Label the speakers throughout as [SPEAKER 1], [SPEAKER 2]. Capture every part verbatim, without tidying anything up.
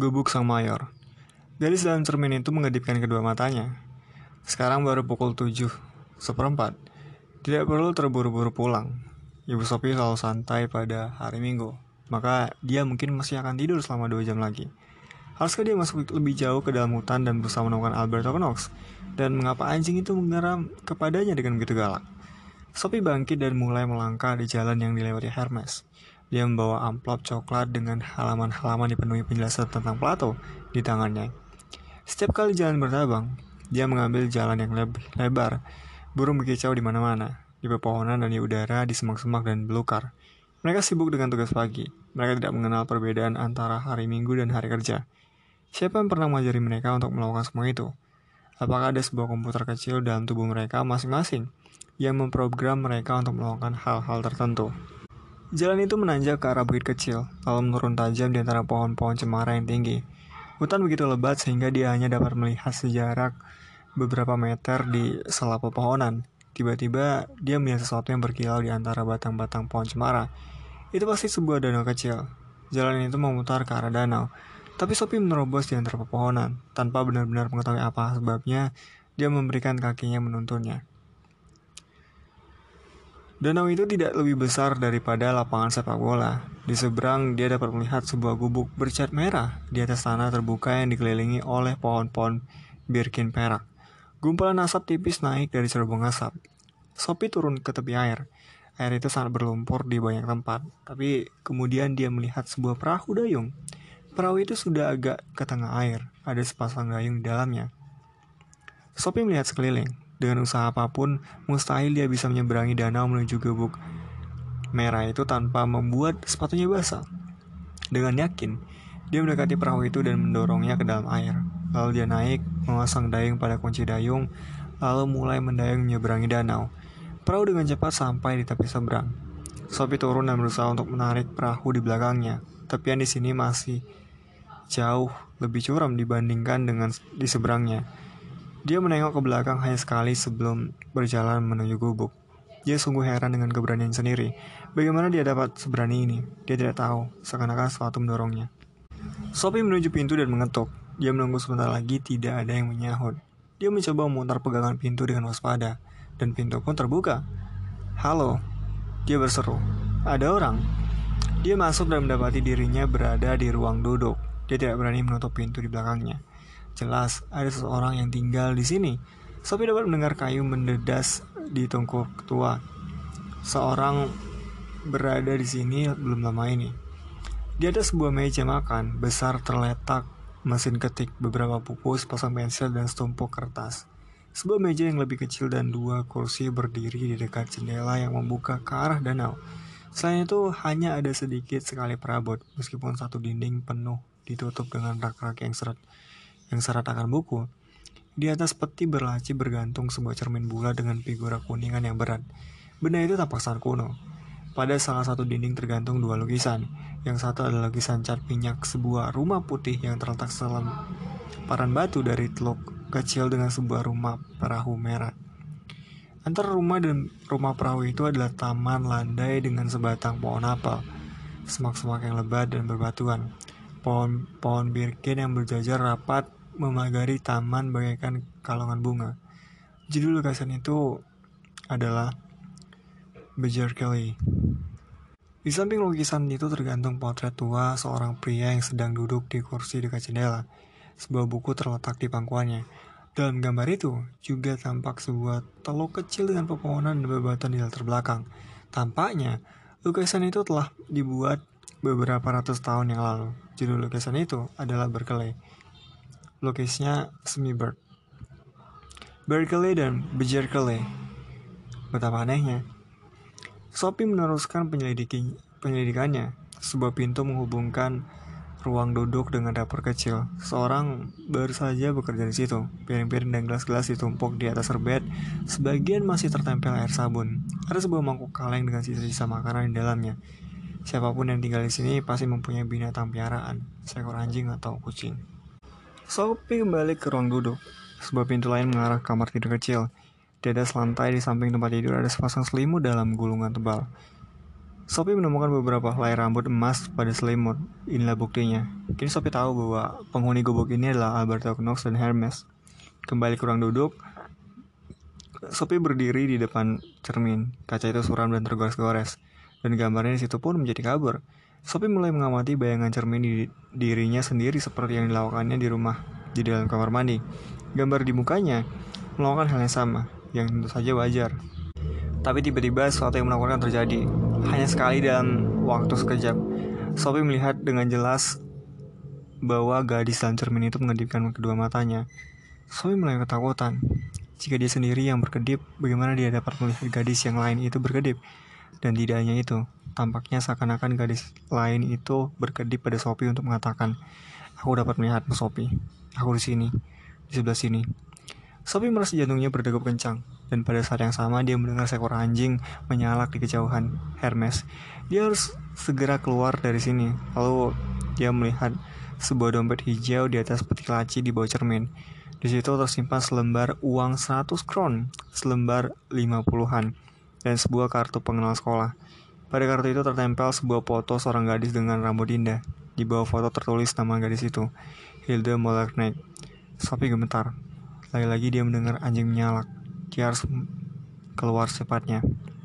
[SPEAKER 1] Gubuk sang mayor. Gadis dalam cermin itu mengedipkan kedua matanya. Sekarang baru pukul tujuh seperempat. Tidak perlu terburu-buru pulang. Ibu Sophie selalu santai pada hari Minggu. Maka dia mungkin masih akan tidur selama dua jam lagi. Haruskah dia masuk lebih jauh ke dalam hutan dan berusaha menemukan Alberto Knox? Dan mengapa anjing itu mengeram kepadanya dengan begitu galak? Sophie bangkit dan mulai melangkah di jalan yang dilewati Hermes. Dia membawa amplop coklat dengan halaman-halaman dipenuhi penjelasan tentang Plato di tangannya. Setiap kali jalan bertabang, dia mengambil jalan yang lebih lebar. Burung berkicau di mana-mana, di pepohonan dan di udara, di semak-semak dan belukar. Mereka sibuk dengan tugas pagi. Mereka tidak mengenal perbedaan antara hari Minggu dan hari kerja. Siapa yang pernah mengajari mereka untuk melakukan semua itu? Apakah ada sebuah komputer kecil dalam tubuh mereka masing-masing yang memprogram mereka untuk melakukan hal-hal tertentu? Jalan itu menanjak ke arah bukit kecil, lalu menurun tajam di antara pohon-pohon cemara yang tinggi. Hutan begitu lebat sehingga dia hanya dapat melihat sejarak beberapa meter di sela pepohonan. Tiba-tiba dia melihat sesuatu yang berkilau di antara batang-batang pohon cemara. Itu pasti sebuah danau kecil. Jalan itu memutar ke arah danau. Tapi Sophie menerobos di antara pepohonan. Tanpa benar-benar mengetahui apa sebabnya, dia memberikan kakinya menuntunnya. Danau itu tidak lebih besar daripada lapangan sepak bola. Di seberang dia dapat melihat sebuah gubuk bercat merah di atas tanah terbuka yang dikelilingi oleh pohon-pohon birkin perak. Gumpalan asap tipis naik dari cerobong asap. Sophie turun ke tepi air. Air itu sangat berlumpur di banyak tempat, tapi kemudian dia melihat sebuah perahu dayung. Perahu itu sudah agak ke tengah air, ada sepasang dayung di dalamnya. Sophie melihat sekeliling. Dengan usaha apapun, mustahil dia bisa menyeberangi danau menuju gubuk merah itu tanpa membuat sepatunya basah. Dengan yakin, dia mendekati perahu itu dan mendorongnya ke dalam air. Lalu dia naik, memasang dayung pada kunci dayung, lalu mulai mendayung menyeberangi danau. Perahu dengan cepat sampai di tepi seberang. Sophie turun dan berusaha untuk menarik perahu di belakangnya. Tepian di sini masih jauh lebih curam dibandingkan dengan di seberangnya. Dia menengok ke belakang hanya sekali sebelum berjalan menuju gubuk. Dia sungguh heran dengan keberanian sendiri. Bagaimana dia dapat seberani ini? Dia tidak tahu, seakan-akan sesuatu mendorongnya. Sophie menuju pintu dan mengetuk. Dia menunggu sebentar lagi, tidak ada yang menyahut. Dia mencoba memutar pegangan pintu dengan waspada, dan pintu pun terbuka. "Halo," dia berseru. "Ada orang." Dia masuk dan mendapati dirinya berada di ruang duduk. Dia tidak berani menutup pintu di belakangnya. Jelas, ada seseorang yang tinggal di sini. Sophie dapat mendengar kayu mendedas di tungku tua. Seorang berada di sini belum lama ini. Di atas sebuah meja makan besar terletak mesin ketik, beberapa buku, sepasang pensil, dan setumpuk kertas. Sebuah meja yang lebih kecil dan dua kursi berdiri di dekat jendela yang membuka ke arah danau. Selain itu, hanya ada sedikit sekali perabot, meskipun satu dinding penuh ditutup dengan rak-rak yang seret yang syarat akan buku. Di atas peti berlaci bergantung sebuah cermin bulat dengan figura kuningan yang berat. Benda itu tampak sangat kuno. Pada salah satu dinding tergantung dua lukisan. Yang satu adalah lukisan cat minyak sebuah rumah putih yang terletak selemparan batu dari teluk kecil dengan sebuah rumah perahu merah. Antara rumah dan rumah perahu itu adalah taman landai dengan sebatang pohon apel, semak-semak yang lebat dan berbatuan. Pohon-pohon birkin yang berjajar rapat memagari taman bagaikan kalongan bunga. Judul lukisan itu adalah Bejerkeli. Di samping lukisan itu tergantung potret tua seorang pria yang sedang duduk di kursi dekat jendela. Sebuah buku terletak di pangkuannya. Dalam gambar itu juga tampak sebuah teluk kecil dengan pepohonan dan bebatuan di latar belakang. Tampaknya lukisan itu telah dibuat beberapa ratus tahun yang lalu. Judul lukisan itu adalah Berkeley. Lukisnya Smibert. Berkeley dan Bejerkeli. Betapa anehnya. Sophie meneruskan penyelidikannya. Sebuah pintu menghubungkan ruang duduk dengan dapur kecil. Seorang baru saja bekerja di situ. Piring-piring dan gelas-gelas ditumpuk di atas serbet. Sebagian masih tertempel air sabun. Ada sebuah mangkuk kaleng dengan sisa-sisa makanan di dalamnya. Siapapun yang tinggal di sini pasti mempunyai binatang piaraan, seekor anjing atau kucing. Sophie kembali ke ruang duduk. Sebuah pintu lain mengarah ke kamar tidur kecil. Di atas lantai di samping tempat tidur ada sepasang selimut dalam gulungan tebal. Sophie menemukan beberapa helai rambut emas pada selimut. Inilah buktinya. Kini Sophie tahu bahwa penghuni gubuk ini adalah Alberto Knox dan Hermes. Kembali ke ruang duduk, Sophie berdiri di depan cermin. Kaca itu suram dan tergores-gores, dan gambarnya di situ pun menjadi kabur. Sophie mulai mengamati bayangan cermin di dirinya sendiri seperti yang dilakukannya di rumah, di dalam kamar mandi. Gambar di mukanya melakukan hal yang sama, yang tentu saja wajar. Tapi tiba-tiba sesuatu yang menakutkan terjadi. Hanya sekali dalam waktu sekejap, Sophie melihat dengan jelas bahwa gadis dalam cermin itu mengedipkan kedua matanya. Sophie mulai ketakutan. Jika dia sendiri yang berkedip, bagaimana dia dapat melihat gadis yang lain itu berkedip? Dan tidak hanya itu, tampaknya seakan-akan gadis lain itu berkedip pada Sophie untuk mengatakan, "Aku dapat melihatmu, Sophie. Aku di sini, di sebelah sini." Sophie merasa jantungnya berdegup kencang, dan pada saat yang sama dia mendengar seekor anjing menyalak di kejauhan. Hermes, dia harus segera keluar dari sini. Lalu dia melihat sebuah dompet hijau di atas peti laci di bawah cermin. Di situ tersimpan selembar uang seratus kron, selembar lima puluhan, dan sebuah kartu pengenal sekolah. Pada kartu itu tertempel sebuah foto seorang gadis dengan rambut indah. Di bawah foto tertulis nama gadis itu, Hilde Mollerknecht. Sophie gemetar. Lagi-lagi dia mendengar anjing menyalak. Dia harus keluar secepatnya.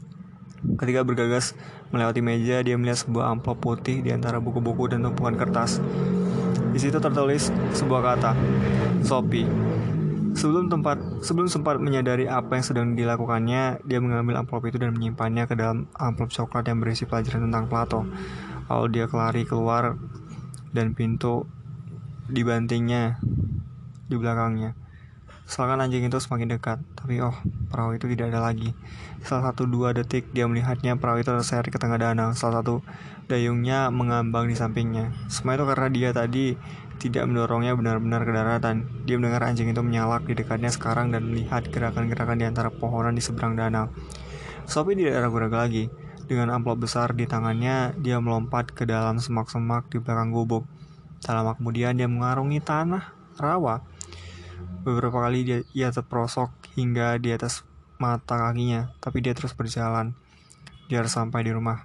[SPEAKER 1] Ketika bergegas melewati meja, dia melihat sebuah amplop putih di antara buku-buku dan tumpukan kertas. Di situ tertulis sebuah kata, Sophie. Sebelum tempat, sebelum sempat menyadari apa yang sedang dilakukannya, dia mengambil amplop itu dan menyimpannya ke dalam amplop coklat yang berisi pelajaran tentang Plato. Lalu dia kelari keluar dan pintu dibantingnya di belakangnya. Seakan anjing itu semakin dekat, tapi oh, perahu itu tidak ada lagi. Salah satu dua detik dia melihatnya, perahu itu terseret ke tengah danau. Salah satu dayungnya mengambang di sampingnya. Semua itu karena dia tadi tidak mendorongnya benar-benar ke daratan. Dia mendengar anjing itu menyalak di dekatnya sekarang dan melihat gerakan-gerakan di antara pohonan di seberang danau. Sophie tidak ragu-ragu lagi. Dengan amplop besar di tangannya, dia melompat ke dalam semak-semak di belakang gubuk. Tak lama kemudian dia mengarungi tanah rawa. Beberapa kali dia, ia terperosok hingga di atas mata kakinya, tapi dia terus berjalan. Dia harus sampai di rumah.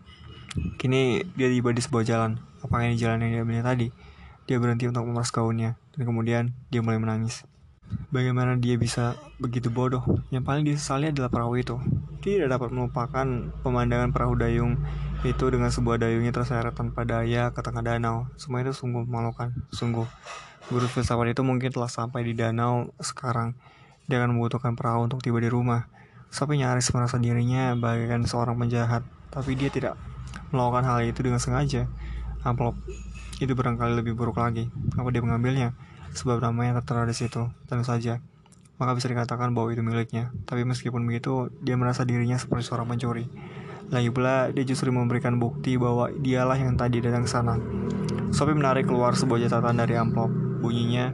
[SPEAKER 1] Kini dia tiba di sebuah jalan. Apakah ini jalan yang dia melihat tadi? Dia berhenti untuk memeras gaunnya, dan kemudian dia mulai menangis. Bagaimana dia bisa begitu bodoh? Yang paling disesali adalah perahu itu. Dia tidak dapat melupakan pemandangan perahu dayung itu dengan sebuah dayungnya terseret tanpa daya ke tengah danau. Semua itu sungguh memalukan, sungguh. Guru filsafat itu mungkin telah sampai di danau sekarang. Dia akan membutuhkan perahu untuk tiba di rumah. Sophie nyaris merasa dirinya bagaikan seorang penjahat, tapi dia tidak melakukan hal itu dengan sengaja. Amplop itu barangkali lebih buruk lagi. Kenapa dia mengambilnya? Sebab namanya tertera di situ, tentu saja. Maka bisa dikatakan bahwa itu miliknya. Tapi meskipun begitu, dia merasa dirinya seperti seorang pencuri. Lagi pula, dia justru memberikan bukti bahwa dialah yang tadi datang ke sana. Sophie menarik keluar sebuah catatan dari amplop. Bunyinya,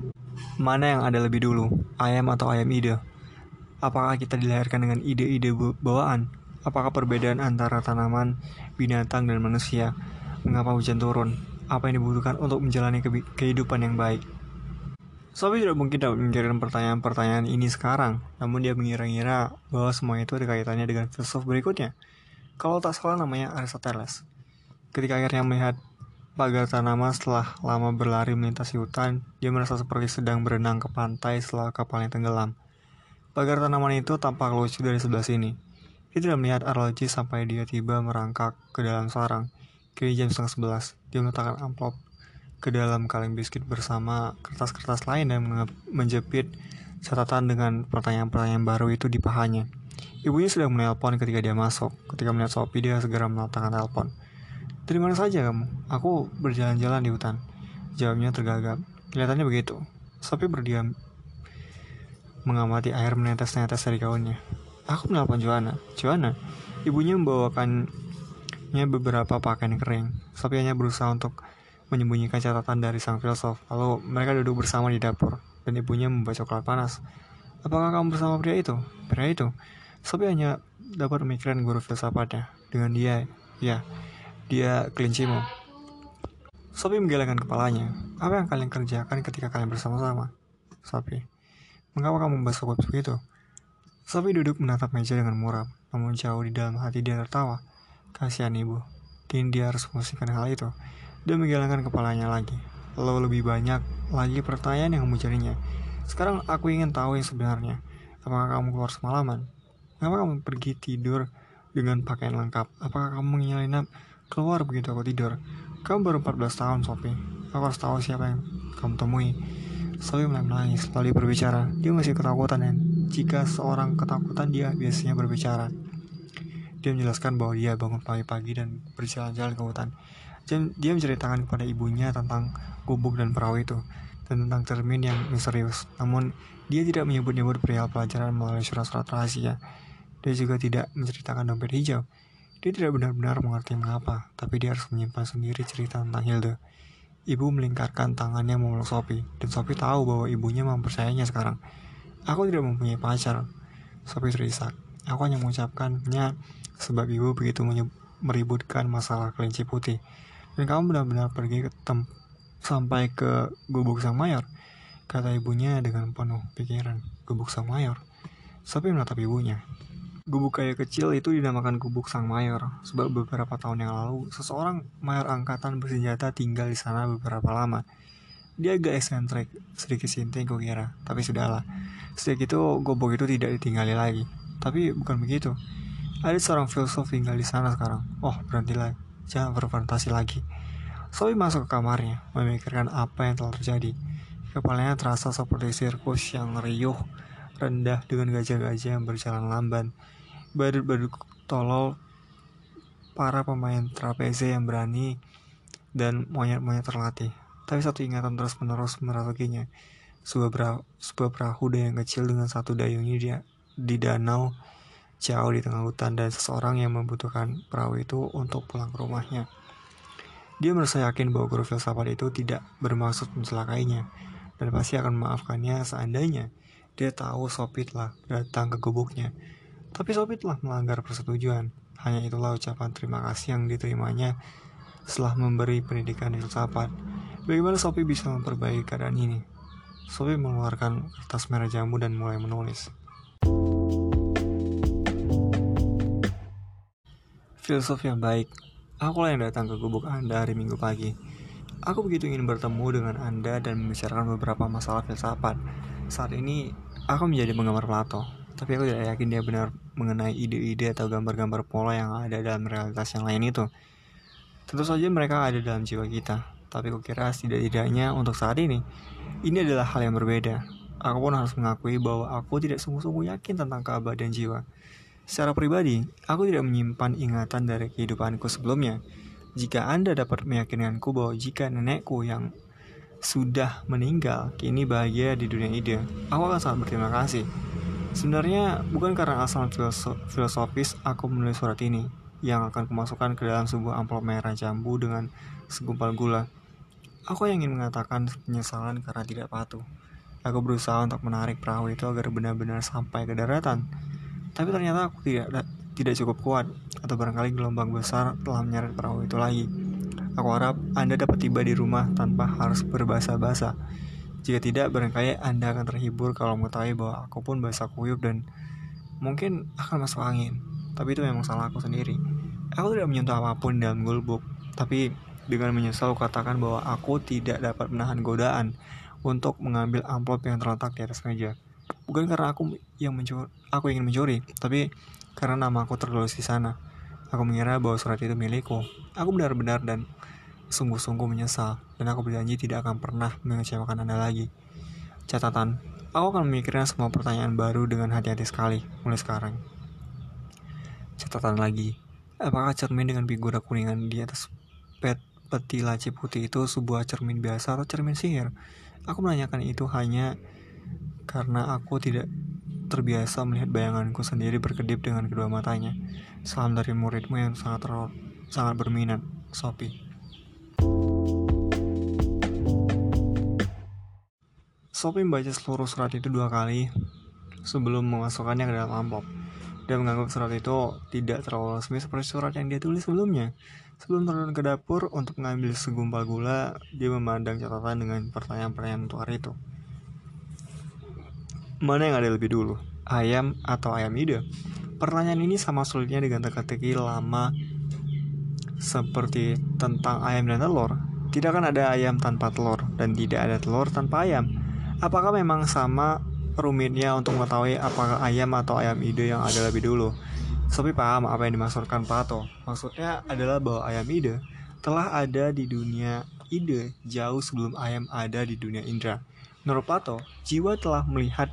[SPEAKER 1] mana yang ada lebih dulu, ayam atau ayam ide? Apakah kita dilahirkan dengan ide-ide bawaan? Apakah perbedaan antara tanaman, binatang, dan manusia? Mengapa hujan turun? Apa yang dibutuhkan untuk menjalani ke- kehidupan yang baik? Sophie tidak mungkin dapat memikirkan pertanyaan-pertanyaan ini sekarang, namun dia mengira-ngira bahwa semua itu ada kaitannya dengan filsuf berikutnya. Kalau tak salah namanya Aristoteles. Ketika akhirnya melihat pagar tanaman setelah lama berlari melintasi hutan, dia merasa seperti sedang berenang ke pantai setelah kapalnya tenggelam. Pagar tanaman itu tampak lucu dari sebelah sini. Dia tidak melihat arloji sampai dia tiba merangkak ke dalam sarang. Kini jam setengah sebelas. Dia meletakkan amplop ke dalam kaleng biskuit bersama kertas-kertas lain dan menjepit catatan dengan pertanyaan-pertanyaan baru itu di pahanya. Ibunya sedang menelpon ketika dia masuk. Ketika melihat Sophie, dia segera meletakkan telepon. "Dari mana saja kamu?" "Aku berjalan-jalan di hutan," jawabnya tergagap. Kelihatannya begitu. Sophie berdiam mengamati air menetes-netes dari gaunnya. "Aku menelpon Joanna." "Joanna?" Ibunya membawakannya beberapa pakaian kering. Sophie hanya berusaha untuk menyembunyikan catatan dari sang filsuf. Lalu mereka duduk bersama di dapur, dan ibunya membawa coklat panas. "Apakah kamu bersama pria itu?" "Pria itu?" Sophie hanya dapat memikirkan guru filsafatnya. "Dengan dia, ya. Dia kelincimu." Sophie menggelengkan kepalanya. "Apa yang kalian kerjakan ketika kalian bersama-sama?" "Sophie, mengapa kamu membahas begitu?" Sophie duduk menatap meja dengan muram, namun jauh di dalam hati dia tertawa. Kasihan ibu. Kini dia harus memposisikan hal itu. Dia menggelengkan kepalanya lagi. Lalu lebih banyak lagi pertanyaan yang mencarinya. Sekarang aku ingin tahu yang sebenarnya. Apakah kamu keluar semalaman? Kenapa kamu pergi tidur dengan pakaian lengkap? Apakah kamu menyelinap keluar begitu aku tidur? Kamu baru empat belas tahun, Sophie. Aku harus tahu siapa yang kamu temui. Sophie mulai menangis, lalu berbicara. Dia masih ketakutan, dan jika seorang ketakutan, dia biasanya berbicara. Dia menjelaskan bahwa dia bangun pagi-pagi dan berjalan-jalan ke hutan. Dia menceritakan kepada ibunya tentang gubuk dan perahu itu, dan tentang cermin yang misterius. Namun, dia tidak menyebut-nyebut perihal pelajaran melalui surat-surat rahasia. Dia juga tidak menceritakan dompet hijau. Dia tidak benar-benar mengerti mengapa, tapi dia harus menyimpan sendiri cerita tentang Hilda. Ibu melingkarkan tangannya memeluk Sophie, dan Sophie tahu bahwa ibunya mempercayainya sekarang. Aku tidak mempunyai pacar, Sophie terisak. Aku hanya mengucapkannya sebab ibu begitu meributkan masalah kelinci putih. Dan kamu benar-benar pergi ke tem- sampai ke gubuk sang mayor, kata ibunya dengan penuh pikiran. Gubuk sang mayor. Sophie menatap ibunya. Gubuk kayu kecil itu dinamakan gubuk sang mayor, sebab beberapa tahun yang lalu, seseorang mayor angkatan bersenjata tinggal di sana beberapa lama. Dia agak eksentrik, sedikit sinting kukira, tapi sudahlah. Sejak itu, gubuk itu tidak ditinggali lagi. Tapi bukan begitu. Ada seorang filsuf tinggal di sana sekarang. Oh, berhentilah, jangan berfantasi lagi. Sophie masuk ke kamarnya, memikirkan apa yang telah terjadi. Kepalanya terasa seperti sirkus yang riuh, rendah dengan gajah-gajah yang berjalan lamban. Badut-badut tolol, para pemain trapeze yang berani, dan monyet-monyet terlatih. Tapi satu ingatan terus-menerus merasukinya. Sebuah, bera- sebuah perahu yang kecil dengan satu dayungnya dia di danau jauh di tengah hutan, dan seseorang yang membutuhkan perahu itu untuk pulang ke rumahnya. Dia merasa yakin bahwa guru filsafat itu tidak bermaksud mencelakainya, dan pasti akan memaafkannya seandainya dia tahu Sophie telah datang ke gubuknya. Tapi Sophie telah melanggar persetujuan. Hanya itulah ucapan terima kasih yang diterimanya setelah memberi pendidikan filsafat. Bagaimana Sophie bisa memperbaiki keadaan ini? Sophie mengeluarkan kertas merah jambu dan mulai menulis. Filsuf yang baik, akulah yang datang ke gubuk Anda hari Minggu pagi. Aku begitu ingin bertemu dengan Anda dan membicarakan beberapa masalah filsafat. Saat ini, aku menjadi penggemar Plato. Tapi aku tidak yakin dia benar mengenai ide-ide atau gambar-gambar pola yang ada dalam realitas yang lain itu. Tentu saja mereka ada dalam jiwa kita, tapi kukira tidak-tidaknya untuk saat ini, ini adalah hal yang berbeda. Aku pun harus mengakui bahwa aku tidak sungguh-sungguh yakin tentang keabadian jiwa. Secara pribadi, aku tidak menyimpan ingatan dari kehidupanku sebelumnya. Jika Anda dapat meyakinkanku bahwa jika nenekku yang sudah meninggal kini bahagia di dunia ide, aku akan sangat berterima kasih. Sebenarnya bukan karena asal filosofis aku menulis surat ini, yang akan kumasukkan ke dalam sebuah amplop merah jambu dengan segumpal gula. Aku yang ingin mengatakan penyesalan karena tidak patuh. Aku berusaha untuk menarik perahu itu agar benar-benar sampai ke daratan. Tapi ternyata aku tidak tidak cukup kuat, atau barangkali gelombang besar telah menyeret perahu itu lagi. Aku harap Anda dapat tiba di rumah tanpa harus berbahasa-basa. Jika tidak, barangkali Anda akan terhibur kalau mengetahui bahwa aku pun basah kuyup dan mungkin akan masuk angin. Tapi itu memang salah aku sendiri. Aku tidak menyentuh apapun dalam gulbuk, tapi dengan menyesal katakan bahwa aku tidak dapat menahan godaan untuk mengambil amplop yang terletak di atas meja. Bukan karena aku yang mencuri, aku ingin mencuri, tapi karena nama aku tertulis di sana. Aku mengira bahwa surat itu milikku. Aku benar-benar dan sungguh-sungguh menyesal, dan aku berjanji tidak akan pernah mengecewakan Anda lagi. Catatan, aku akan memikirkan semua pertanyaan baru dengan hati-hati sekali mulai sekarang. Catatan lagi, apakah cermin dengan figura kuningan di atas pet peti laci putih itu sebuah cermin biasa atau cermin sihir? Aku menanyakan itu hanya karena aku tidak terbiasa melihat bayanganku sendiri berkedip dengan kedua matanya. Salam dari muridmu yang sangat ter- sangat berminat, Sophie. Sophie membaca seluruh surat itu dua kali sebelum memasukkannya ke dalam amplop, dan menganggap surat itu tidak terlalu resmi seperti surat yang dia tulis sebelumnya. Sebelum turun ke dapur untuk mengambil segumpal gula, dia memandang catatan dengan pertanyaan-pertanyaan untuk hari itu. Mana yang ada lebih dulu, ayam atau ayam ide? Pertanyaan ini sama sulitnya dengan teka-teki lama seperti tentang ayam dan telur. Tidak akan ada ayam tanpa telur, dan tidak ada telur tanpa ayam. Apakah memang sama rumitnya untuk mengetahui apakah ayam atau ayam ide yang ada lebih dulu? Sophie paham apa yang dimaksudkan Plato. Maksudnya adalah bahwa ayam ide telah ada di dunia ide jauh sebelum ayam ada di dunia indera. Menurut Plato, jiwa telah melihat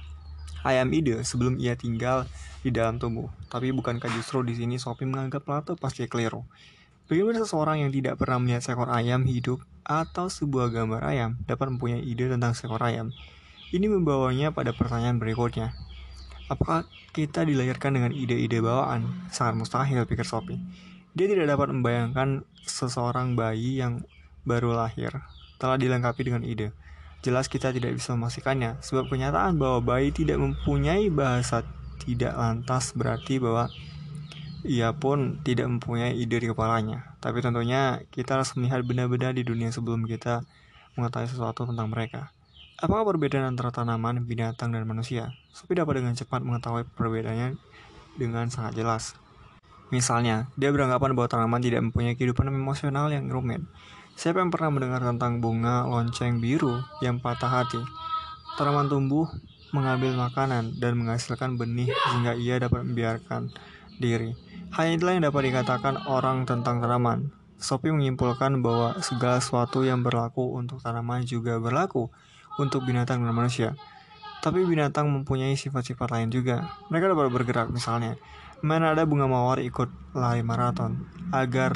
[SPEAKER 1] ayam ide sebelum ia tinggal di dalam tubuh. Tapi bukankah justru di sini Sophie menganggap Plato pasti keliru? Bagaimana seseorang yang tidak pernah melihat seekor ayam hidup atau sebuah gambar ayam dapat mempunyai ide tentang seekor ayam? Ini membawanya pada pertanyaan berikutnya. Apakah kita dilahirkan dengan ide-ide bawaan? Sangat mustahil, pikir Sophie. Dia tidak dapat membayangkan seseorang bayi yang baru lahir telah dilengkapi dengan ide. Jelas kita tidak bisa memastikannya, sebab kenyataan bahwa bayi tidak mempunyai bahasa tidak lantas berarti bahwa ia pun tidak mempunyai ide di kepalanya. Tapi tentunya kita harus melihat benda-benda di dunia sebelum kita mengetahui sesuatu tentang mereka. Apakah perbedaan antara tanaman, binatang, dan manusia? Sophie dapat dengan cepat mengetahui perbedaannya dengan sangat jelas. Misalnya, dia beranggapan bahwa tanaman tidak mempunyai kehidupan emosional yang rumit. Siapa yang pernah mendengar tentang bunga lonceng biru yang patah hati? Tanaman tumbuh mengambil makanan dan menghasilkan benih sehingga ia dapat membiarkan diri. Hanya itulah yang dapat dikatakan orang tentang tanaman. Sophie menyimpulkan bahwa segala sesuatu yang berlaku untuk tanaman juga berlaku untuk binatang dan manusia. Tapi binatang mempunyai sifat-sifat lain juga. Mereka dapat bergerak, misalnya, mana ada bunga mawar ikut lari maraton. Agar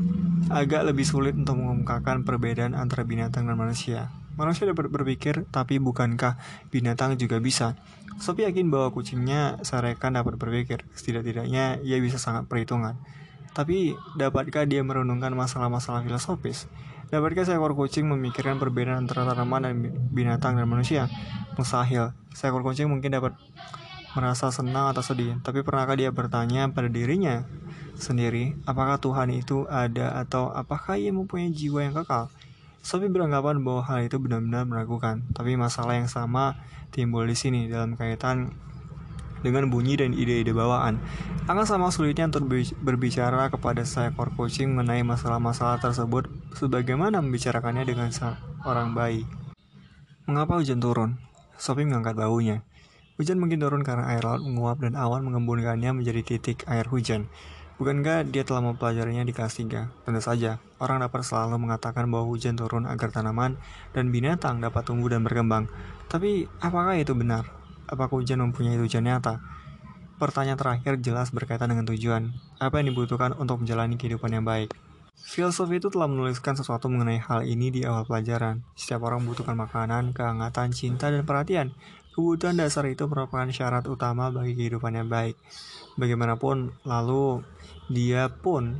[SPEAKER 1] agak lebih sulit untuk mengungkapkan perbedaan antara binatang dan manusia. Manusia dapat berpikir, tapi bukankah binatang juga bisa? Sophie yakin bahwa kucingnya sarekan dapat berpikir. Setidak-tidaknya ia bisa sangat perhitungan. Tapi dapatkah dia merenungkan masalah-masalah filosofis? Dapatkah seekor kucing memikirkan perbedaan antara tanaman dan binatang dan manusia? Mustahil. Seekor kucing mungkin dapat merasa senang atau sedih, tapi pernahkah dia bertanya pada dirinya sendiri, apakah Tuhan itu ada atau apakah ia mempunyai jiwa yang kekal? Sophie beranggapan bahwa hal itu benar-benar meragukan, tapi masalah yang sama timbul di sini dalam kaitan dengan bunyi dan ide-ide bawaan. Akan sama sulitnya untuk berbicara kepada seekor kucing mengenai masalah-masalah tersebut sebagaimana membicarakannya dengan seorang bayi. Mengapa hujan turun? Sophie mengangkat bahunya. Hujan mungkin turun karena air laut menguap dan awan mengembunkannya menjadi titik air hujan. Bukankah dia telah mempelajarinya di kelas tiga? Tentu saja, orang dapat selalu mengatakan bahwa hujan turun agar tanaman dan binatang dapat tumbuh dan berkembang. Tapi, apakah itu benar? Apakah hujan mempunyai tujuan nyata? Pertanyaan terakhir jelas berkaitan dengan tujuan. Apa yang dibutuhkan untuk menjalani kehidupan yang baik? Filosofi itu telah menuliskan sesuatu mengenai hal ini di awal pelajaran. Setiap orang membutuhkan makanan, kehangatan, cinta, dan perhatian. Kebutuhan dasar itu merupakan syarat utama bagi kehidupan yang baik. Bagaimanapun, lalu dia pun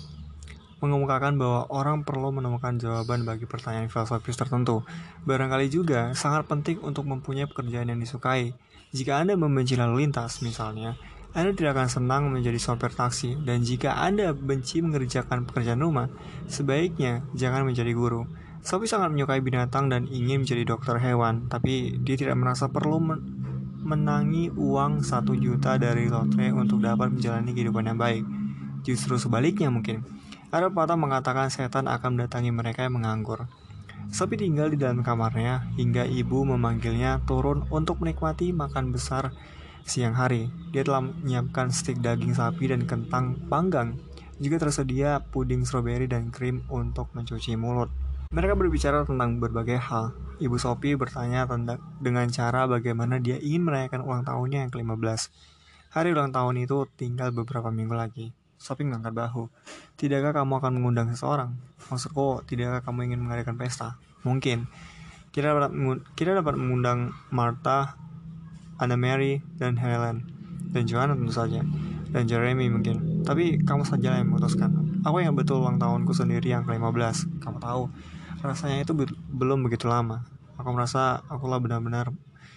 [SPEAKER 1] mengemukakan bahwa orang perlu menemukan jawaban bagi pertanyaan filosofis tertentu. Barangkali juga sangat penting untuk mempunyai pekerjaan yang disukai. Jika Anda membenci lalu lintas, misalnya, Anda tidak akan senang menjadi sopir taksi. Dan jika Anda benci mengerjakan pekerjaan rumah, sebaiknya jangan menjadi guru. Sophie sangat menyukai binatang dan ingin menjadi dokter hewan, tapi dia tidak merasa perlu men- menangi uang satu juta dari lotre untuk dapat menjalani kehidupan yang baik. Justru sebaliknya mungkin. Ada pepatah mengatakan setan akan mendatangi mereka yang menganggur. Sophie tinggal di dalam kamarnya hingga ibu memanggilnya turun untuk menikmati makan besar siang hari. Dia telah menyiapkan stik daging sapi dan kentang panggang. Juga tersedia puding stroberi dan krim untuk mencuci mulut. Mereka berbicara tentang berbagai hal. Ibu Sophie bertanya tentang dengan cara bagaimana dia ingin merayakan ulang tahunnya yang kelima belas. Hari ulang tahun itu tinggal beberapa minggu lagi. Sophie mengangkat bahu. Tidakkah kamu akan mengundang seseorang? Maksudku, tidakkah kamu ingin mengadakan pesta? Mungkin. Kita dapat, kita dapat mengundang Martha, Anna Mary, dan Helen. Dan Joanna tentu saja. Dan Jeremy mungkin. Tapi kamu saja yang memutuskan. Aku yang betul ulang tahunku sendiri yang kelima belas. Kamu tahu, rasanya itu be- belum begitu lama. Aku merasa akulah benar-benar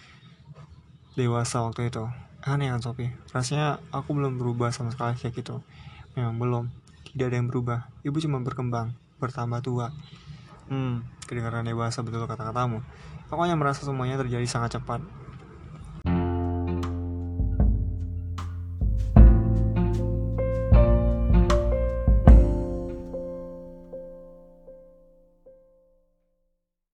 [SPEAKER 1] dewasa waktu itu. Aneh kan Sophie? Rasanya aku belum berubah sama sekali kayak gitu. Memang belum. Tidak ada yang berubah. Ibu cuma berkembang, bertambah tua. Hmm, kedengaran dewasa betul kata-katamu. Aku hanya merasa semuanya terjadi sangat cepat.